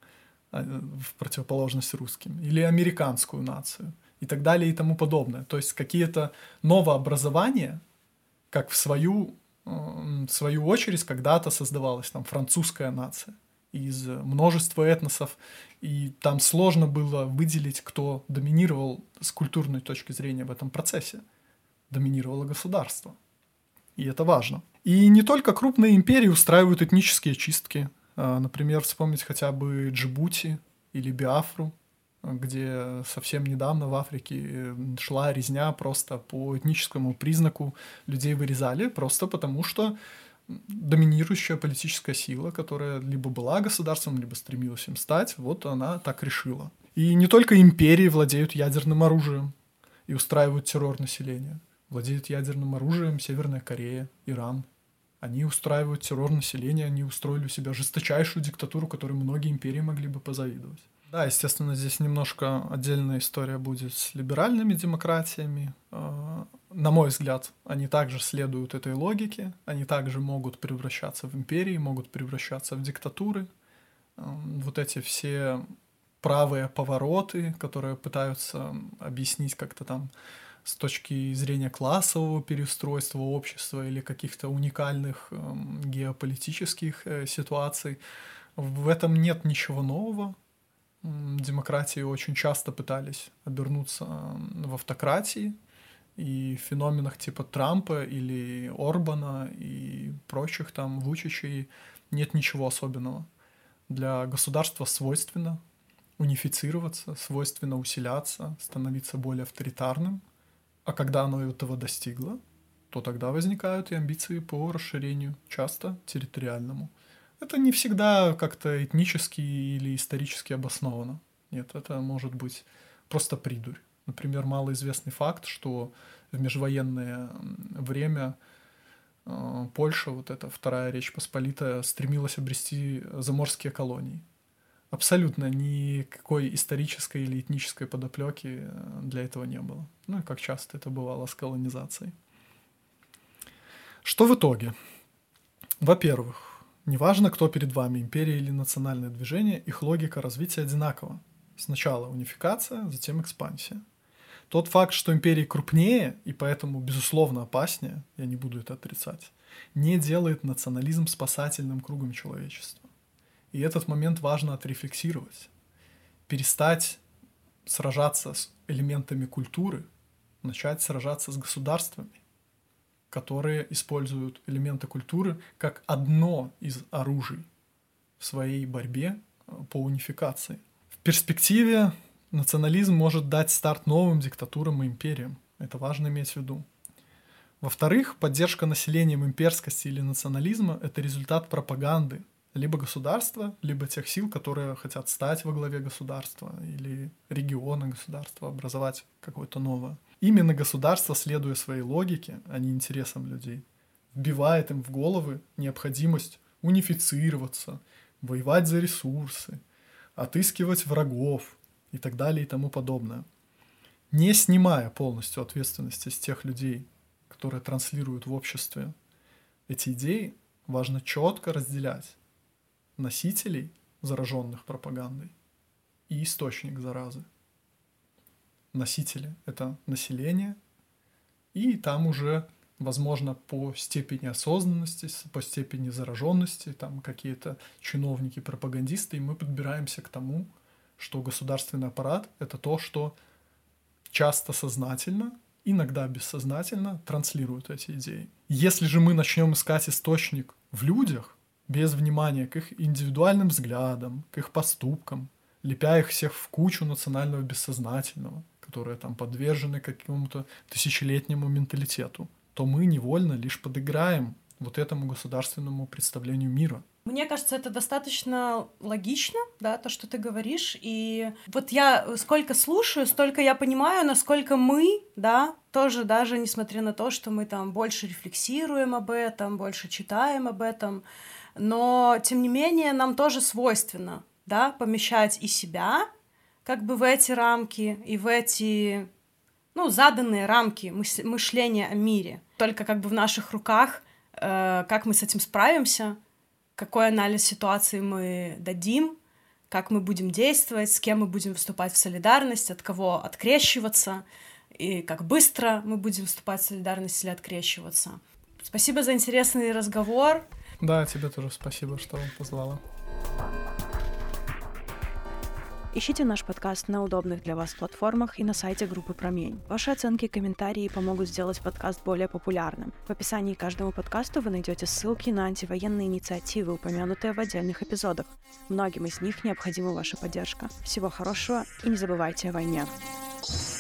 B: в противоположность русским, или американскую нацию, и так далее и тому подобное. То есть какие-то новообразования, как в свою, в свою очередь когда-то создавалась там французская нация из множества этносов, и там сложно было выделить, кто доминировал с культурной точки зрения в этом процессе. Доминировало государство. И это важно. И не только крупные империи устраивают этнические чистки. Например, вспомнить хотя бы Джибути или Биафру, где совсем недавно в Африке шла резня просто по этническому признаку. Людей вырезали просто потому, что доминирующая политическая сила, которая либо была государством, либо стремилась им стать, вот она так решила. И не только империи владеют ядерным оружием и устраивают террор населения. Владеют ядерным оружием Северная Корея, Иран. Они устраивают террор населения, они устроили у себя жесточайшую диктатуру, которой многие империи могли бы позавидовать. Да, естественно, здесь немножко отдельная история будет с либеральными демократиями. На мой взгляд, они также следуют этой логике, они также могут превращаться в империи, могут превращаться в диктатуры. Вот эти все правые повороты, которые пытаются объяснить как-то там с точки зрения классового переустройства общества или каких-то уникальных э, геополитических э, ситуаций. В этом нет ничего нового. Демократии очень часто пытались обернуться в автократии, и в феноменах типа Трампа или Орбана и прочих там Вучичей нет ничего особенного. Для государства свойственно унифицироваться, свойственно усиляться, становиться более авторитарным. А когда оно этого достигло, то тогда возникают и амбиции по расширению, часто территориальному. Это не всегда как-то этнически или исторически обосновано. Нет, это может быть просто придурь. Например, малоизвестный факт, что в межвоенное время Польша, вот эта Вторая Речь Посполитая, стремилась обрести заморские колонии. Абсолютно никакой исторической или этнической подоплеки для этого не было. Ну и как часто это бывало с колонизацией. Что в итоге? Во-первых, неважно, кто перед вами, империя или национальное движение, их логика развития одинакова. Сначала унификация, затем экспансия. Тот факт, что империи крупнее и поэтому, безусловно, опаснее, я не буду это отрицать, не делает национализм спасательным кругом человечества. И этот момент важно отрефлексировать. Перестать сражаться с элементами культуры, начать сражаться с государствами, которые используют элементы культуры как одно из оружий в своей борьбе по унификации. В перспективе национализм может дать старт новым диктатурам и империям. Это важно иметь в виду. Во-вторых, поддержка населением имперскости или национализма — это результат пропаганды либо государства, либо тех сил, которые хотят стать во главе государства или региона государства, образовать какое-то новое. Именно государство, следуя своей логике, а не интересам людей, вбивает им в головы необходимость унифицироваться, воевать за ресурсы, отыскивать врагов и так далее и тому подобное. Не снимая полностью ответственности с тех людей, которые транслируют в обществе эти идеи, важно четко разделять носителей, зараженных пропагандой, и источник заразы. Носители — это население, и там уже, возможно, по степени осознанности, по степени зараженности, там какие-то чиновники, пропагандисты, и мы подбираемся к тому, что государственный аппарат — это то, что часто сознательно, иногда бессознательно транслирует эти идеи. Если же мы начнем искать источник в людях, без внимания к их индивидуальным взглядам, к их поступкам, лепя их всех в кучу национального бессознательного, которые там подвержены какому-то тысячелетнему менталитету, то мы невольно лишь подыграем вот этому государственному представлению мира.
C: Мне кажется, это достаточно логично, да, то, что ты говоришь. И вот я сколько слушаю, столько я понимаю, насколько мы, да, тоже даже несмотря на то, что мы там больше рефлексируем об этом, больше читаем об этом, но тем не менее нам тоже свойственно, да, помещать и себя как бы в эти рамки и в эти, ну, заданные рамки мыс- мышления о мире. Только как бы в наших руках, э, как мы с этим справимся, какой анализ ситуации мы дадим, как мы будем действовать, с кем мы будем вступать в солидарность, от кого открещиваться, и как быстро мы будем вступать в солидарность или открещиваться. Спасибо за интересный разговор.
B: Да, тебе тоже спасибо, что позвала.
A: Ищите наш подкаст на удобных для вас платформах и на сайте группы «Промень». Ваши оценки и комментарии помогут сделать подкаст более популярным. В описании к каждому подкасту вы найдете ссылки на антивоенные инициативы, упомянутые в отдельных эпизодах. Многим из них необходима ваша поддержка. Всего хорошего и не забывайте о войне.